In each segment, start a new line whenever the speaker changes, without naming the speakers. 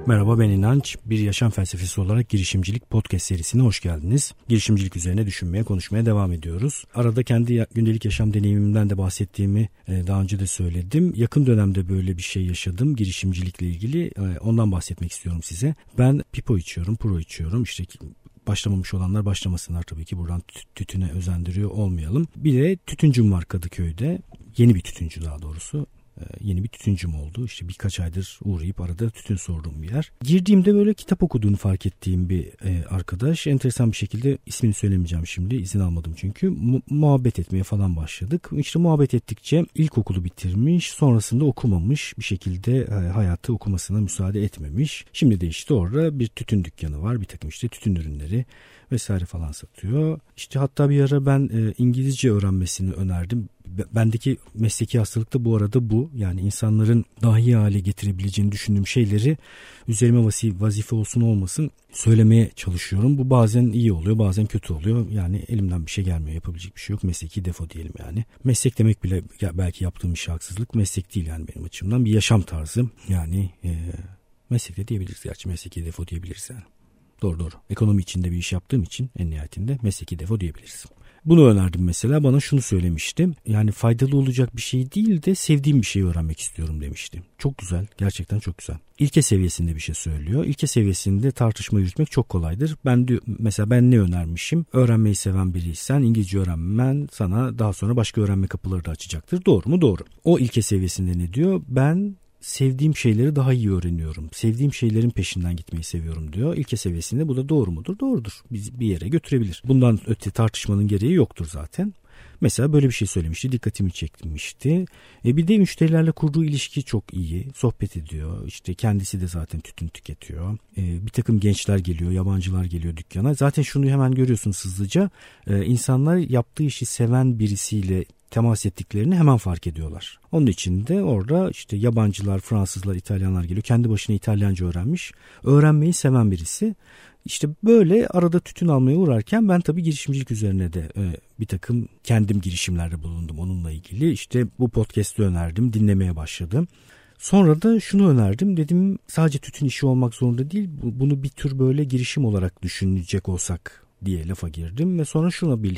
Merhaba, ben İnanç. Bir yaşam felsefesi olarak girişimcilik podcast serisine hoş geldiniz. Girişimcilik üzerine düşünmeye, konuşmaya devam ediyoruz. Arada kendi gündelik yaşam deneyimimden de bahsettiğimi daha önce de söyledim. Yakın dönemde böyle bir şey yaşadım girişimcilikle ilgili. Ondan bahsetmek istiyorum size. Ben Pipo içiyorum, Pro içiyorum. İşte başlamamış olanlar başlamasınlar tabii ki. Buradan tütüne özendiriyor olmayalım. Bir de tütüncüm var Kadıköy'de. Yeni bir tütüncü daha doğrusu. Yeni bir tütüncüm oldu. İşte birkaç aydır uğrayıp arada tütün sorduğum bir yer. Girdiğimde böyle kitap okuduğunu fark ettiğim bir arkadaş. Enteresan bir şekilde ismini söylemeyeceğim şimdi. İzin almadım çünkü. Muhabbet etmeye falan başladık. İşte muhabbet ettikçe ilkokulu bitirmiş. Sonrasında okumamış. Bir şekilde hayatı okumasına müsaade etmemiş. Şimdi de işte orada bir tütün dükkanı var. Bir takım işte tütün ürünleri vesaire falan satıyor. İşte hatta bir ara ben İngilizce öğrenmesini önerdim. Bendeki mesleki hastalık da bu arada bu. Yani insanların daha iyi hale getirebileceğini düşündüğüm şeyleri üzerime vazife olsun olmasın söylemeye çalışıyorum. Bu bazen iyi oluyor, bazen kötü oluyor. Yani elimden bir şey gelmiyor, yapabilecek bir şey yok. Mesleki defo diyelim yani. Meslek demek bile belki yaptığım iş haksızlık. Meslek değil yani benim açımdan. Bir yaşam tarzı. Yani meslek de diyebiliriz gerçi. Mesleki defo diyebiliriz yani. Doğru. Ekonomi içinde bir iş yaptığım için en nihayetinde mesleki defo diyebiliriz. Bunu önerdim mesela, bana şunu söylemişti. Yani faydalı olacak bir şey değil de sevdiğim bir şeyi öğrenmek istiyorum demişti. Çok güzel, gerçekten çok güzel. İlke seviyesinde bir şey söylüyor. İlke seviyesinde tartışma yürütmek çok kolaydır. Mesela ben ne önermişim? Öğrenmeyi seven biriysen İngilizce öğrenmen sana daha sonra başka öğrenme kapıları da açacaktır. Doğru mu? Doğru. O ilke seviyesinde ne diyor? Ben sevdiğim şeyleri daha iyi öğreniyorum. Sevdiğim şeylerin peşinden gitmeyi seviyorum diyor. İlke seviyesinde bu da doğru mudur? Doğrudur. Bizi bir yere götürebilir. Bundan öte tartışmanın gereği yoktur zaten. Mesela böyle bir şey söylemişti. Dikkatimi çekmişti. Bir de müşterilerle kurduğu ilişki çok iyi. Sohbet ediyor. İşte kendisi de zaten tütün tüketiyor. Bir takım gençler geliyor, yabancılar geliyor dükkana. Zaten şunu hemen görüyorsunuz hızlıca. İnsanlar yaptığı işi seven birisiyle temas ettiklerini hemen fark ediyorlar. Onun için de orada işte yabancılar, Fransızlar, İtalyanlar geliyor. Kendi başına İtalyanca öğrenmiş. Öğrenmeyi seven birisi. İşte böyle arada tütün almaya uğrarken ben tabii girişimcilik üzerine de bir takım kendim girişimlerde bulundum onunla ilgili. İşte bu podcast'ı önerdim, dinlemeye başladım. Sonra da şunu önerdim, dedim sadece tütün işi olmak zorunda değil, bunu bir tür böyle girişim olarak düşünecek olsak diye lafa girdim ve sonra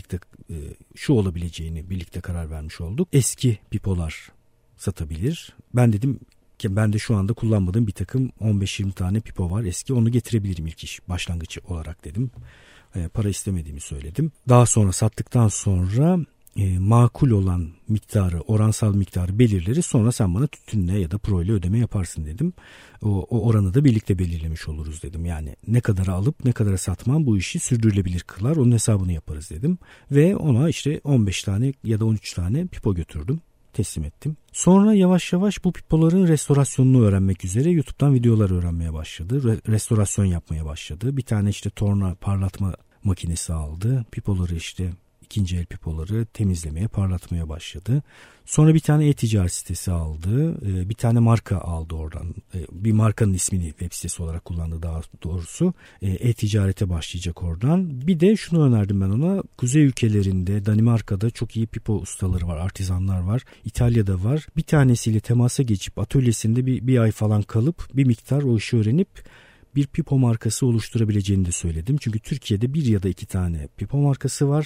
şu olabileceğini birlikte karar vermiş olduk. Eski pipolar satabilir. Ben dedim ki ben de şu anda kullanmadığım bir takım 15-20 tane pipo var eski, onu getirebilirim ilk iş başlangıcı olarak dedim. Para istemediğimi söyledim. Daha sonra sattıktan sonra makul olan miktarı, oransal miktarı belirleriz. Sonra sen bana tütünle ya da pro ile ödeme yaparsın dedim. O oranı da birlikte belirlemiş oluruz dedim. Yani ne kadara alıp ne kadara satmam bu işi sürdürülebilir kılar. Onun hesabını yaparız dedim. Ve ona işte 15 tane ya da 13 tane pipo götürdüm. Teslim ettim. Sonra yavaş yavaş bu pipoların restorasyonunu öğrenmek üzere YouTube'dan videolar öğrenmeye başladı. Restorasyon yapmaya başladı. Bir tane işte torna parlatma makinesi aldı. Pipoları işte ikinci el pipoları temizlemeye, parlatmaya başladı. Sonra bir tane e-ticaret sitesi aldı. Bir tane marka aldı oradan. Bir markanın ismini web sitesi olarak kullandı daha doğrusu. E-ticarete başlayacak oradan. Bir de şunu önerdim ben ona. Kuzey ülkelerinde, Danimarka'da çok iyi pipo ustaları var, artizanlar var. İtalya'da var. Bir tanesiyle temasa geçip atölyesinde bir ay falan kalıp bir miktar o işi öğrenip bir pipo markası oluşturabileceğini de söyledim. Çünkü Türkiye'de bir ya da iki tane pipo markası var.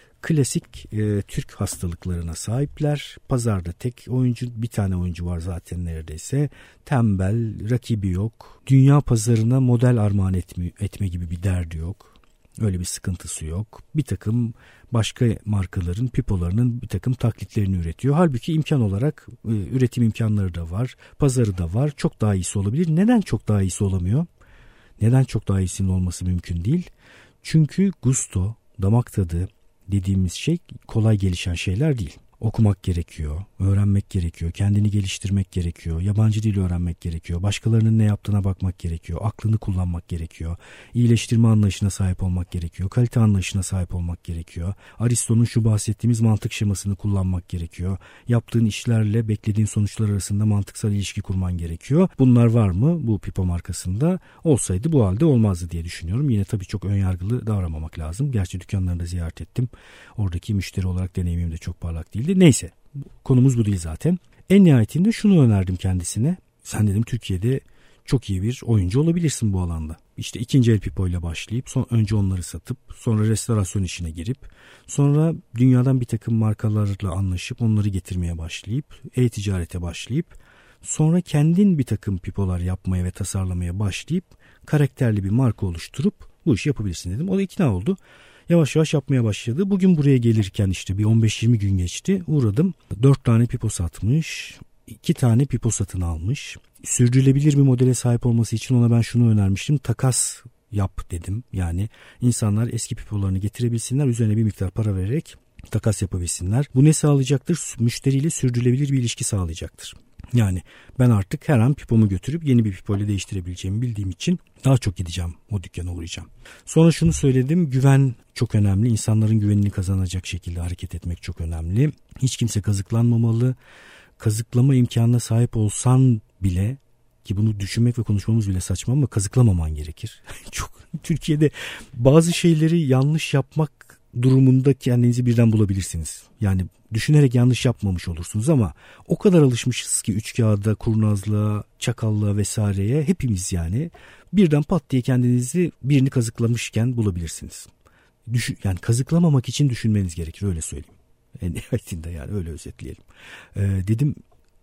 Klasik Türk hastalıklarına sahipler. Pazarda tek bir tane oyuncu var zaten neredeyse. Tembel, rakibi yok. Dünya pazarına model armağan etme gibi bir derdi yok. Öyle bir sıkıntısı yok. Bir takım başka markaların pipolarının bir takım taklitlerini üretiyor. Halbuki imkan olarak üretim imkanları da var. Pazarı da var. Çok daha iyisi olabilir. Neden çok daha iyisi olamıyor? Neden çok daha iyisinin olması mümkün değil? Çünkü gusto, damak tadı dediğimiz şey kolay gelişen şeyler değil. Okumak gerekiyor, öğrenmek gerekiyor, kendini geliştirmek gerekiyor, yabancı dil öğrenmek gerekiyor, başkalarının ne yaptığına bakmak gerekiyor, aklını kullanmak gerekiyor, iyileştirme anlayışına sahip olmak gerekiyor, kalite anlayışına sahip olmak gerekiyor, Aristo'nun şu bahsettiğimiz mantık şemasını kullanmak gerekiyor, yaptığın işlerle beklediğin sonuçlar arasında mantıksal ilişki kurman gerekiyor. Bunlar var mı bu pipo markasında? Olsaydı bu halde olmazdı diye düşünüyorum. Yine tabii çok önyargılı davranmamak lazım. Gerçi dükkanlarını da ziyaret ettim. Oradaki müşteri olarak deneyimim de çok parlak değildi. Neyse, konumuz bu değil zaten. En nihayetinde şunu önerdim kendisine. Sen dedim Türkiye'de çok iyi bir oyuncu olabilirsin bu alanda. İşte ikinci el pipo ile başlayıp önce onları satıp sonra restorasyon işine girip sonra dünyadan bir takım markalarla anlaşıp onları getirmeye başlayıp e-ticarete başlayıp sonra kendin bir takım pipolar yapmaya ve tasarlamaya başlayıp karakterli bir marka oluşturup bu işi yapabilirsin dedim. O da ikna oldu. Yavaş yavaş yapmaya başladı. Bugün buraya gelirken işte bir 15-20 gün geçti. Uğradım. 4 tane pipo satmış. 2 tane pipo satın almış. Sürdürülebilir bir modele sahip olması için ona ben şunu önermiştim. Takas yap dedim. Yani insanlar eski pipolarını getirebilsinler. Üzerine bir miktar para vererek takas yapabilsinler. Bu ne sağlayacaktır? Müşteriyle sürdürülebilir bir ilişki sağlayacaktır. Yani ben artık her an pipomu götürüp yeni bir pipo ile değiştirebileceğimi bildiğim için daha çok gideceğim, o dükkana uğrayacağım. Sonra şunu söyledim, güven çok önemli. İnsanların güvenini kazanacak şekilde hareket etmek çok önemli. Hiç kimse kazıklanmamalı. Kazıklama imkanına sahip olsan bile, ki bunu düşünmek ve konuşmamız bile saçma ama kazıklamaman gerekir. Çok Türkiye'de bazı şeyleri yanlış yapmak durumunda kendinizi birden bulabilirsiniz. Yani düşünerek yanlış yapmamış olursunuz ama o kadar alışmışız ki üçkağıda, kurnazlığa, çakallığa vesaireye hepimiz yani birden pat diye kendinizi birini kazıklamışken bulabilirsiniz. Yani kazıklamamak için düşünmeniz gerekir, öyle söyleyeyim. En nihayetinde yani öyle özetleyelim. Dedim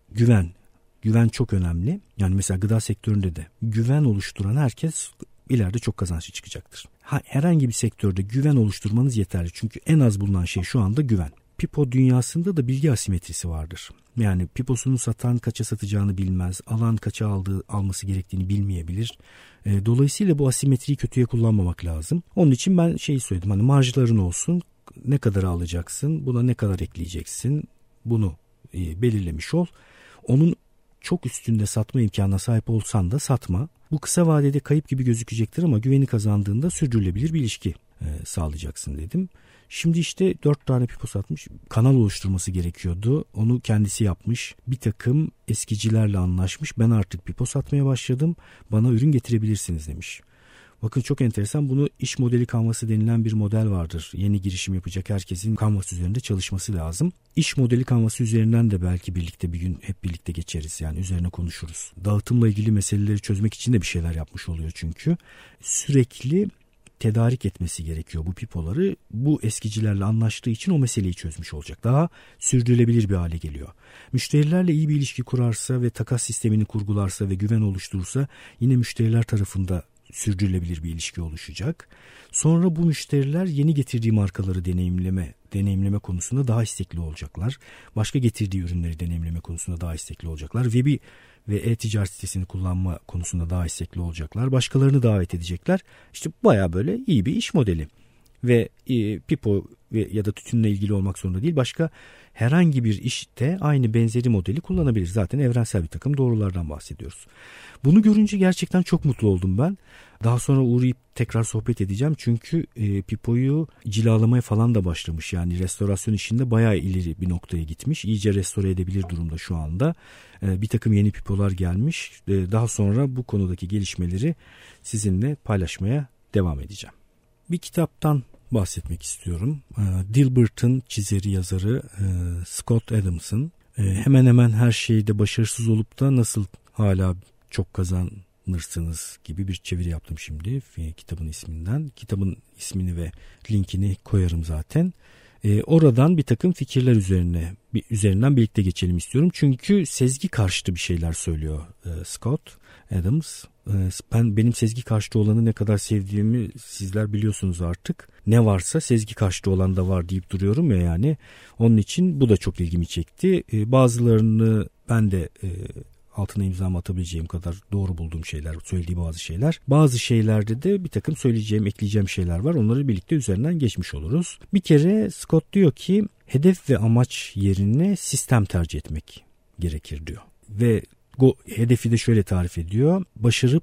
güven çok önemli. Yani mesela gıda sektöründe de güven oluşturan herkes ileride çok kazançlı çıkacaktır. Herhangi bir sektörde güven oluşturmanız yeterli. Çünkü en az bulunan şey şu anda güven. Pipo dünyasında da bilgi asimetrisi vardır. Yani piposunu satan kaça satacağını bilmez. Alan kaça alması gerektiğini bilmeyebilir. Dolayısıyla bu asimetriyi kötüye kullanmamak lazım. Onun için ben söyledim. Hani marjların olsun. Ne kadar alacaksın? Buna ne kadar ekleyeceksin? Bunu belirlemiş ol. Onun çok üstünde satma imkanına sahip olsan da satma. Bu kısa vadede kayıp gibi gözükecektir ama güveni kazandığında sürdürülebilir bir ilişki sağlayacaksın dedim. Şimdi işte 4 tane pipo satmış. Kanal oluşturması gerekiyordu. Onu kendisi yapmış. Bir takım eskicilerle anlaşmış. Ben artık pipo satmaya başladım. Bana ürün getirebilirsiniz demiş. Bakın çok enteresan, bunu iş modeli kanvası denilen bir model vardır. Yeni girişim yapacak herkesin kanvas üzerinde çalışması lazım. İş modeli kanvası üzerinden de belki birlikte bir gün hep birlikte geçeriz. Yani üzerine konuşuruz. Dağıtımla ilgili meseleleri çözmek için de bir şeyler yapmış oluyor çünkü. Sürekli tedarik etmesi gerekiyor bu pipoları. Bu eskicilerle anlaştığı için o meseleyi çözmüş olacak. Daha sürdürülebilir bir hale geliyor. Müşterilerle iyi bir ilişki kurarsa ve takas sistemini kurgularsa ve güven oluşturursa yine müşteriler tarafında sürdürülebilir bir ilişki oluşacak. Sonra bu müşteriler yeni getirdiği markaları deneyimleme konusunda daha istekli olacaklar. Başka getirdiği ürünleri deneyimleme konusunda daha istekli olacaklar. Webi ve e-ticaret sitesini kullanma konusunda daha istekli olacaklar. Başkalarını davet edecekler. İşte baya böyle iyi bir iş modeli. Ve pipo ya da tütünle ilgili olmak zorunda değil, başka herhangi bir işte aynı benzeri modeli kullanabilir. Zaten evrensel bir takım doğrulardan bahsediyoruz. Bunu görünce gerçekten çok mutlu oldum ben. Daha sonra uğrayıp tekrar sohbet edeceğim. Çünkü pipoyu cilalamaya falan da başlamış. Yani restorasyon işinde bayağı ileri bir noktaya gitmiş. İyice restore edebilir durumda şu anda. Bir takım yeni pipolar gelmiş. Daha sonra bu konudaki gelişmeleri sizinle paylaşmaya devam edeceğim. Bir kitaptan bahsetmek istiyorum. Dilbert'ın çizeri, yazarı Scott Adams'ın hemen hemen her şeyde başarısız olup da nasıl hala çok kazanırsınız gibi bir çeviri yaptım şimdi kitabın isminden. Kitabın ismini ve linkini koyarım zaten. Oradan bir takım fikirler üzerinden birlikte geçelim istiyorum. Çünkü sezgi karşıtı bir şeyler söylüyor Scott Adams. Benim sezgi karşıtı olanı ne kadar sevdiğimi sizler biliyorsunuz artık. Ne varsa sezgi karşıtı olan da var deyip duruyorum ya yani. Onun için bu da çok ilgimi çekti. Bazılarını ben de altına imzamı atabileceğim kadar doğru bulduğum şeyler, söylediği bazı şeyler. Bazı şeylerde de bir takım söyleyeceğim, ekleyeceğim şeyler var. Onları birlikte üzerinden geçmiş oluruz. Bir kere Scott diyor ki hedef ve amaç yerine sistem tercih etmek gerekir diyor. Ve hedefi de şöyle tarif ediyor. Başarıp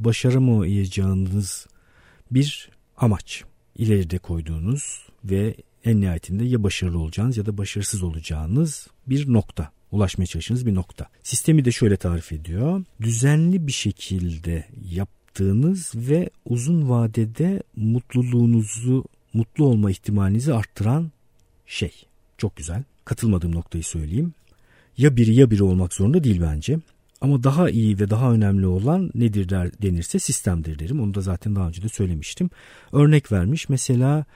başaramayacağınız bir amaç. İleride koyduğunuz ve en nihayetinde ya başarılı olacağınız ya da başarısız olacağınız bir nokta. Ulaşmaya çalıştığınız bir nokta. Sistemi de şöyle tarif ediyor. Düzenli bir şekilde yaptığınız ve uzun vadede mutlu olma ihtimalinizi arttıran şey. Çok güzel. Katılmadığım noktayı söyleyeyim. Ya biri olmak zorunda değil bence. Ama daha iyi ve daha önemli olan nedir denirse sistemdir derim. Onu da zaten daha önce de söylemiştim. Örnek vermiş. Mesela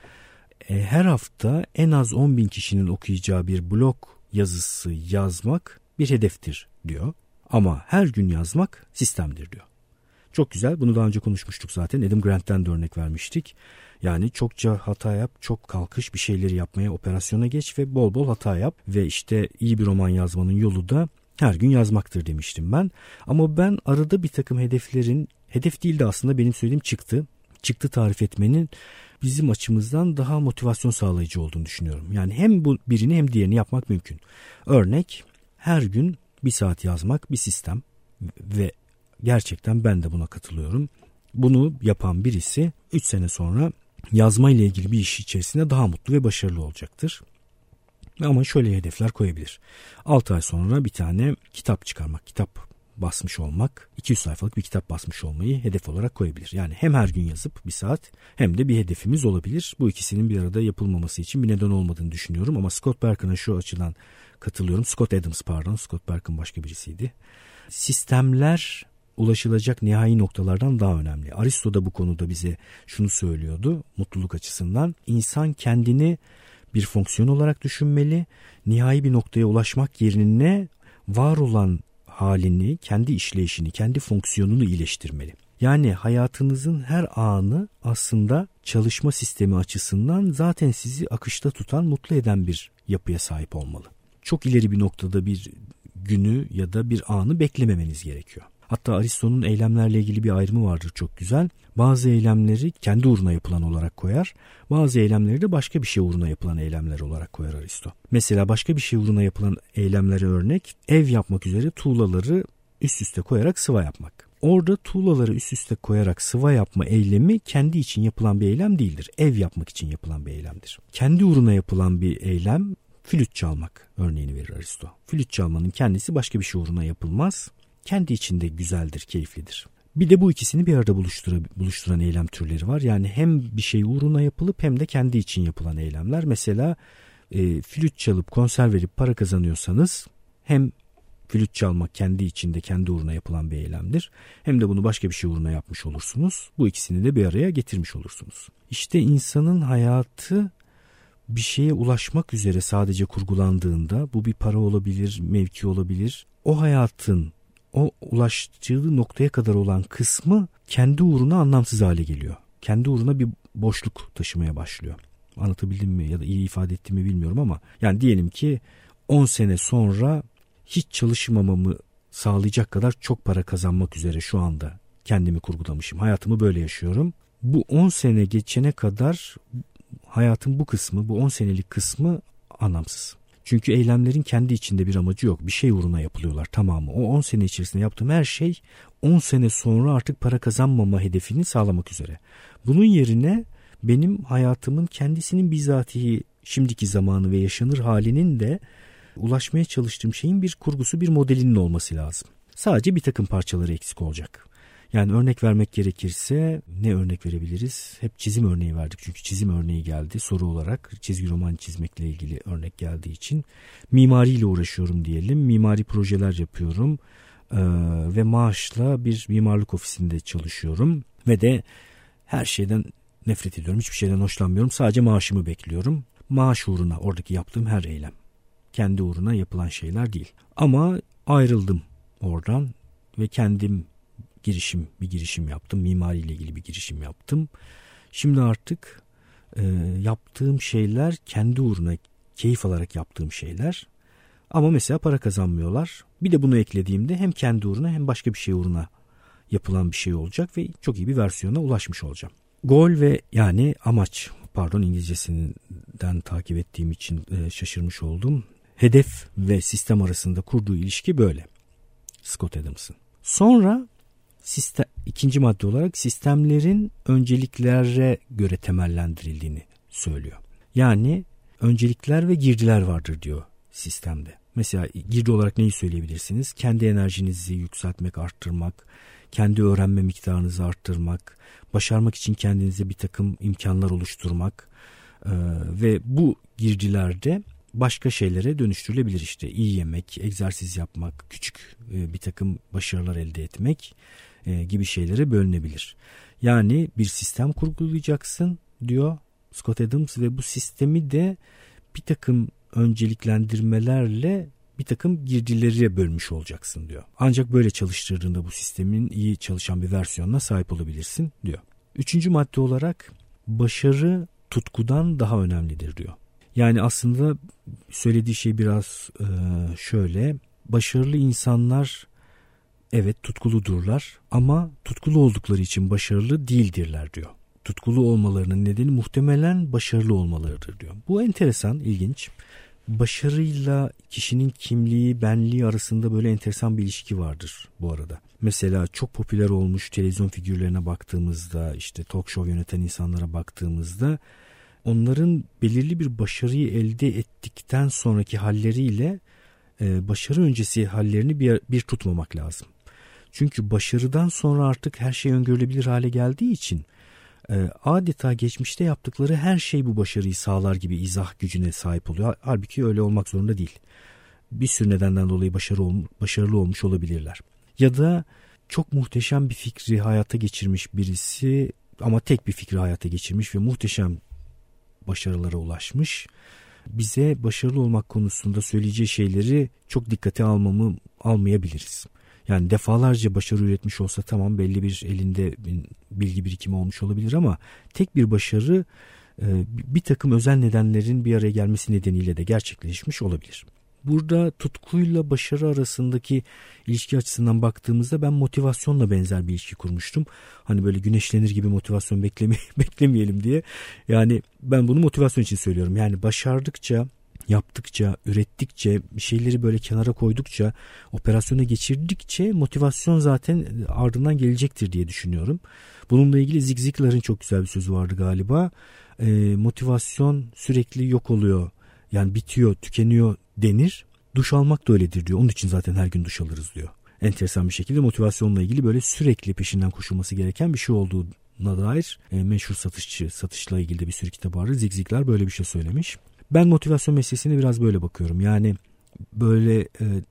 her hafta en az 10.000 kişinin okuyacağı bir blog yazısı yazmak bir hedeftir diyor. Ama her gün yazmak sistemdir diyor. Çok güzel. Bunu daha önce konuşmuştuk zaten. Adam Grant'ten de örnek vermiştik. Yani çokça hata yap, çok kalkış, bir şeyleri yapmaya, operasyona geç ve bol bol hata yap. Ve işte iyi bir roman yazmanın yolu da her gün yazmaktır demiştim ben. Ama ben arada bir takım hedeflerin, hedef değil de aslında benim söylediğim çıktı tarif etmenin bizim açımızdan daha motivasyon sağlayıcı olduğunu düşünüyorum. Yani hem bu birini hem diğerini yapmak mümkün. Örnek, her gün 1 saat yazmak bir sistem ve gerçekten ben de buna katılıyorum. Bunu yapan birisi 3 sene sonra yazma ile ilgili bir iş içerisinde daha mutlu ve başarılı olacaktır. Ama şöyle hedefler koyabilir. 6 ay sonra bir tane kitap çıkarmak, kitap basmış olmak, 200 sayfalık bir kitap basmış olmayı hedef olarak koyabilir. Yani hem her gün yazıp 1 saat hem de bir hedefimiz olabilir. Bu ikisinin bir arada yapılmaması için bir neden olmadığını düşünüyorum. Ama Scott Berken'a şu açıdan katılıyorum. Scott Berken başka birisiydi. Sistemler ulaşılacak nihai noktalardan daha önemli. Aristo da bu konuda bize şunu söylüyordu mutluluk açısından. İnsan kendini bir fonksiyon olarak düşünmeli. Nihai bir noktaya ulaşmak yerine var olan halini, kendi işleyişini, kendi fonksiyonunu iyileştirmeli. Yani hayatınızın her anı aslında çalışma sistemi açısından zaten sizi akışta tutan, mutlu eden bir yapıya sahip olmalı. Çok ileri bir noktada bir günü ya da bir anı beklememeniz gerekiyor. Hatta Aristo'nun eylemlerle ilgili bir ayrımı vardır çok güzel. Bazı eylemleri kendi uğruna yapılan olarak koyar. Bazı eylemleri de başka bir şey uğruna yapılan eylemler olarak koyar Aristo. Mesela başka bir şey uğruna yapılan eylemlere örnek, ev yapmak üzere tuğlaları üst üste koyarak sıva yapmak. Orada tuğlaları üst üste koyarak sıva yapma eylemi kendi için yapılan bir eylem değildir. Ev yapmak için yapılan bir eylemdir. Kendi uğruna yapılan bir eylem, flüt çalmak örneğini verir Aristo. Flüt çalmanın kendisi başka bir şey uğruna yapılmaz. Kendi içinde güzeldir, keyiflidir. Bir de bu ikisini bir arada buluşturan eylem türleri var. Yani hem bir şey uğruna yapılıp hem de kendi için yapılan eylemler. Mesela flüt çalıp konser verip para kazanıyorsanız hem flüt çalmak kendi içinde kendi uğruna yapılan bir eylemdir. Hem de bunu başka bir şey uğruna yapmış olursunuz. Bu ikisini de bir araya getirmiş olursunuz. İşte insanın hayatı bir şeye ulaşmak üzere sadece kurgulandığında, bu bir para olabilir, mevki olabilir. O hayatın o ulaştığı noktaya kadar olan kısmı kendi uğruna anlamsız hale geliyor. Kendi uğruna bir boşluk taşımaya başlıyor. Anlatabildim mi ya da iyi ifade ettim mi bilmiyorum ama yani diyelim ki 10 sene sonra hiç çalışmamamı sağlayacak kadar çok para kazanmak üzere şu anda kendimi kurgulamışım. Hayatımı böyle yaşıyorum. Bu 10 sene geçene kadar hayatın bu kısmı, bu 10 senelik kısmı anlamsız. Çünkü eylemlerin kendi içinde bir amacı yok. Bir şey uğruna yapılıyorlar tamamı. O 10 sene içerisinde yaptığım her şey 10 sene sonra artık para kazanmama hedefini sağlamak üzere. Bunun yerine benim hayatımın kendisinin bizatihi şimdiki zamanı ve yaşanır halinin de ulaşmaya çalıştığım şeyin bir kurgusu, bir modelinin olması lazım. Sadece bir takım parçaları eksik olacak. Yani örnek vermek gerekirse ne örnek verebiliriz? Hep çizim örneği verdik çünkü çizim örneği geldi soru olarak. Çizgi roman çizmekle ilgili örnek geldiği için. Mimariyle uğraşıyorum diyelim. Mimari projeler yapıyorum ve maaşla bir mimarlık ofisinde çalışıyorum. Ve de her şeyden nefret ediyorum. Hiçbir şeyden hoşlanmıyorum. Sadece maaşımı bekliyorum. Maaş uğruna oradaki yaptığım her eylem. Kendi uğruna yapılan şeyler değil. Ama ayrıldım oradan ve kendim bir girişim yaptım. Mimariyle ilgili bir girişim yaptım. Şimdi artık yaptığım şeyler kendi uğruna keyif alarak yaptığım şeyler. Ama mesela para kazanmıyorlar. Bir de bunu eklediğimde hem kendi uğruna hem başka bir şey uğruna yapılan bir şey olacak ve çok iyi bir versiyona ulaşmış olacağım. Goal ve yani amaç, İngilizcesinden takip ettiğim için şaşırmış oldum. Hedef ve sistem arasında kurduğu ilişki böyle. Scott Adams'ın. Sonra ikinci madde olarak sistemlerin önceliklere göre temellendirildiğini söylüyor. Yani öncelikler ve girdiler vardır diyor sistemde. Mesela girdi olarak neyi söyleyebilirsiniz? Kendi enerjinizi yükseltmek, arttırmak, kendi öğrenme miktarınızı arttırmak, başarmak için kendinize bir takım imkanlar oluşturmak ve bu girdilerde başka şeylere dönüştürülebilir. İşte iyi yemek, egzersiz yapmak, küçük bir takım başarılar elde etmek gibi şeylere bölünebilir. Yani bir sistem kurgulayacaksın diyor Scott Adams ve bu sistemi de bir takım önceliklendirmelerle bir takım girdilere bölmüş olacaksın diyor. Ancak böyle çalıştırdığında bu sistemin iyi çalışan bir versiyonuna sahip olabilirsin diyor. 3. madde olarak başarı tutkudan daha önemlidir diyor. Yani aslında söylediği şey biraz şöyle. Başarılı insanlar evet tutkuludurlar ama tutkulu oldukları için başarılı değildirler diyor. Tutkulu olmalarının nedeni muhtemelen başarılı olmalarıdır diyor. Bu enteresan, ilginç. Başarıyla kişinin kimliği, benliği arasında böyle enteresan bir ilişki vardır bu arada. Mesela çok popüler olmuş televizyon figürlerine baktığımızda, işte talk show yöneten insanlara baktığımızda onların belirli bir başarıyı elde ettikten sonraki halleriyle başarı öncesi hallerini bir tutmamak lazım. Çünkü başarıdan sonra artık her şey öngörülebilir hale geldiği için adeta geçmişte yaptıkları her şey bu başarıyı sağlar gibi izah gücüne sahip oluyor. Halbuki öyle olmak zorunda değil. Bir sürü nedenden dolayı başarılı olmuş olabilirler. Ya da çok muhteşem bir fikri hayata geçirmiş birisi ama tek bir fikri hayata geçirmiş ve muhteşem başarılara ulaşmış. Bize başarılı olmak konusunda söyleyeceği şeyleri çok dikkate almayabiliriz. Yani defalarca başarı üretmiş olsa tamam, belli bir elinde bilgi birikimi olmuş olabilir ama tek bir başarı bir takım özel nedenlerin bir araya gelmesi nedeniyle de gerçekleşmiş olabilir. Burada tutkuyla başarı arasındaki ilişki açısından baktığımızda ben motivasyonla benzer bir ilişki kurmuştum. Hani böyle güneşlenir gibi motivasyon beklemeyelim diye. Yani ben bunu motivasyon için söylüyorum. Yani başardıkça, yaptıkça, ürettikçe, bir şeyleri böyle kenara koydukça, operasyona geçirdikçe motivasyon zaten ardından gelecektir diye düşünüyorum. Bununla ilgili Zig Ziglar'ın çok güzel bir sözü vardı galiba. Motivasyon sürekli yok oluyor. Yani bitiyor, tükeniyor denir. Duş almak da öyledir diyor. Onun için zaten her gün duş alırız diyor. Enteresan bir şekilde motivasyonla ilgili böyle sürekli peşinden koşulması gereken bir şey olduğuna dair meşhur satışla ilgili de bir sürü kitap var. Zig Ziglar böyle bir şey söylemiş. Ben motivasyon meselesine biraz böyle bakıyorum. Yani böyle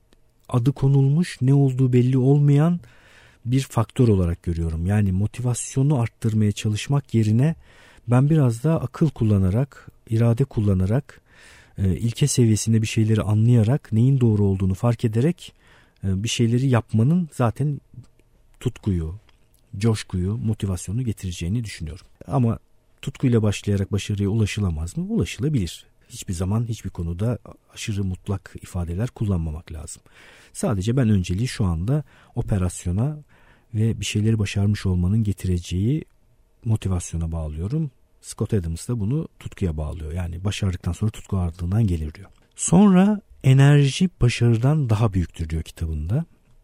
adı konulmuş, ne olduğu belli olmayan bir faktör olarak görüyorum. Yani motivasyonu arttırmaya çalışmak yerine ben biraz daha akıl kullanarak, irade kullanarak, ilke seviyesinde bir şeyleri anlayarak, neyin doğru olduğunu fark ederek bir şeyleri yapmanın zaten tutkuyu, coşkuyu, motivasyonu getireceğini düşünüyorum. Ama tutkuyla başlayarak başarıya ulaşılamaz mı? Ulaşılabilir. Hiçbir zaman hiçbir konuda aşırı mutlak ifadeler kullanmamak lazım. Sadece ben önceliği şu anda operasyona ve bir şeyleri başarmış olmanın getireceği motivasyona bağlıyorum. Scott Adams da bunu tutkuya bağlıyor. Yani başardıktan sonra tutku ardından gelir diyor. Sonra enerji başarıdan daha büyüktür diyor kitabında.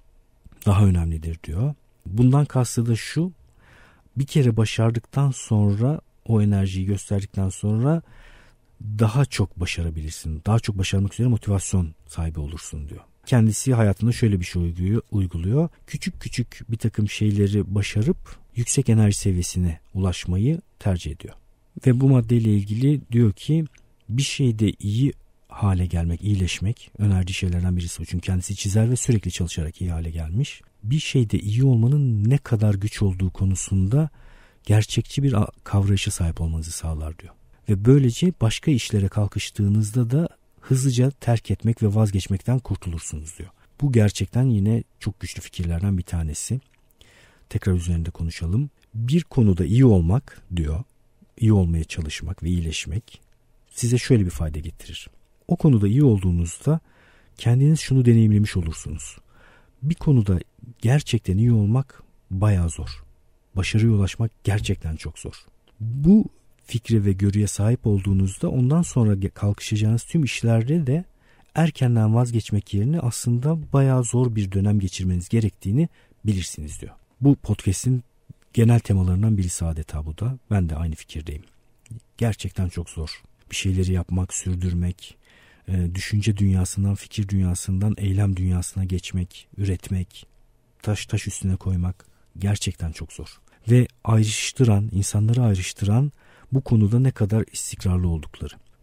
Daha önemlidir diyor. Bundan kastı da şu: bir kere başardıktan sonra, o enerjiyi gösterdikten sonra daha çok başarabilirsin. Daha çok başarmak üzere motivasyon sahibi olursun diyor. Kendisi hayatında şöyle bir şey uyguluyor. Küçük küçük bir takım şeyleri başarıp yüksek enerji seviyesine ulaşmayı tercih ediyor. Ve bu maddeyle ilgili diyor ki bir şeyde iyi hale gelmek, iyileşmek önerdiği şeylerden birisi. Çünkü kendisi çizer ve sürekli çalışarak iyi hale gelmiş. Bir şeyde iyi olmanın ne kadar güç olduğu konusunda gerçekçi bir kavrayışa sahip olmanızı sağlar diyor. Ve böylece başka işlere kalkıştığınızda da hızlıca terk etmek ve vazgeçmekten kurtulursunuz diyor. Bu gerçekten yine çok güçlü fikirlerden bir tanesi. Tekrar üzerinde konuşalım. Bir konuda iyi olmak diyor, iyi olmaya çalışmak ve iyileşmek size şöyle bir fayda getirir. O konuda iyi olduğunuzda kendiniz şunu deneyimlemiş olursunuz. Bir konuda gerçekten iyi olmak bayağı zor. Başarıya ulaşmak gerçekten çok zor. Bu fikre ve görüye sahip olduğunuzda ondan sonra kalkışacağınız tüm işlerde de erkenden vazgeçmek yerine aslında bayağı zor bir dönem geçirmeniz gerektiğini bilirsiniz diyor. Bu podcast'in genel temalarından birisi adeta bu da. Ben de aynı fikirdeyim. Gerçekten çok zor. Bir şeyleri yapmak, sürdürmek, düşünce dünyasından, fikir dünyasından eylem dünyasına geçmek, üretmek, taş üstüne koymak gerçekten çok zor. Ve insanları ayrıştıran bu konuda ne kadar istikrarlı oldukları.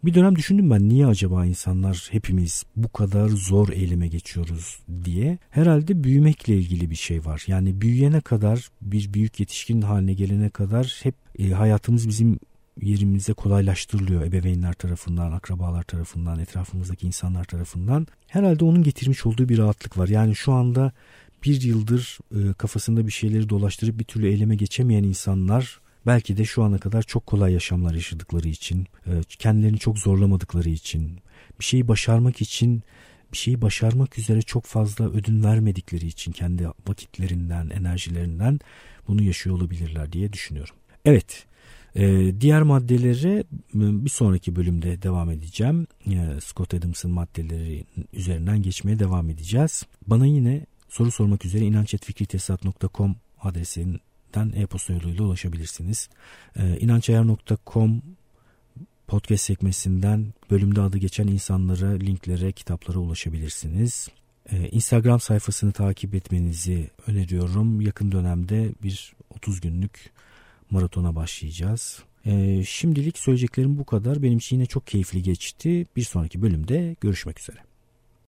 Bir dönem düşündüm ben, niye acaba insanlar hepimiz bu kadar zor eyleme geçiyoruz diye. Herhalde büyümekle ilgili bir şey var. Yani büyüyene kadar, bir büyük yetişkin haline gelene kadar hep hayatımız bizim yerimize kolaylaştırılıyor ebeveynler tarafından, akrabalar tarafından, etrafımızdaki insanlar tarafından. Herhalde onun getirmiş olduğu bir rahatlık var. Yani şu anda bir yıldır kafasında bir şeyleri dolaştırıp bir türlü eyleme geçemeyen insanlar belki de şu ana kadar çok kolay yaşamlar yaşadıkları için, kendilerini çok zorlamadıkları için, bir şeyi başarmak için, bir şeyi başarmak üzere çok fazla ödün vermedikleri için kendi vakitlerinden, enerjilerinden bunu yaşıyor olabilirler diye düşünüyorum. Evet. Diğer maddelere bir sonraki bölümde devam edeceğim. Scott Adams'ın maddeleri üzerinden geçmeye devam edeceğiz. Bana yine soru sormak üzere inanç@fikritesat.com adresinden e-posta yoluyla ulaşabilirsiniz. inançayar.com podcast sekmesinden bölümde adı geçen insanlara, linklere, kitaplara ulaşabilirsiniz. Instagram sayfasını takip etmenizi öneriyorum. Yakın dönemde bir 30 günlük maratona başlayacağız. Şimdilik söyleyeceklerim bu kadar. Benim için yine çok keyifli geçti. Bir sonraki bölümde görüşmek üzere.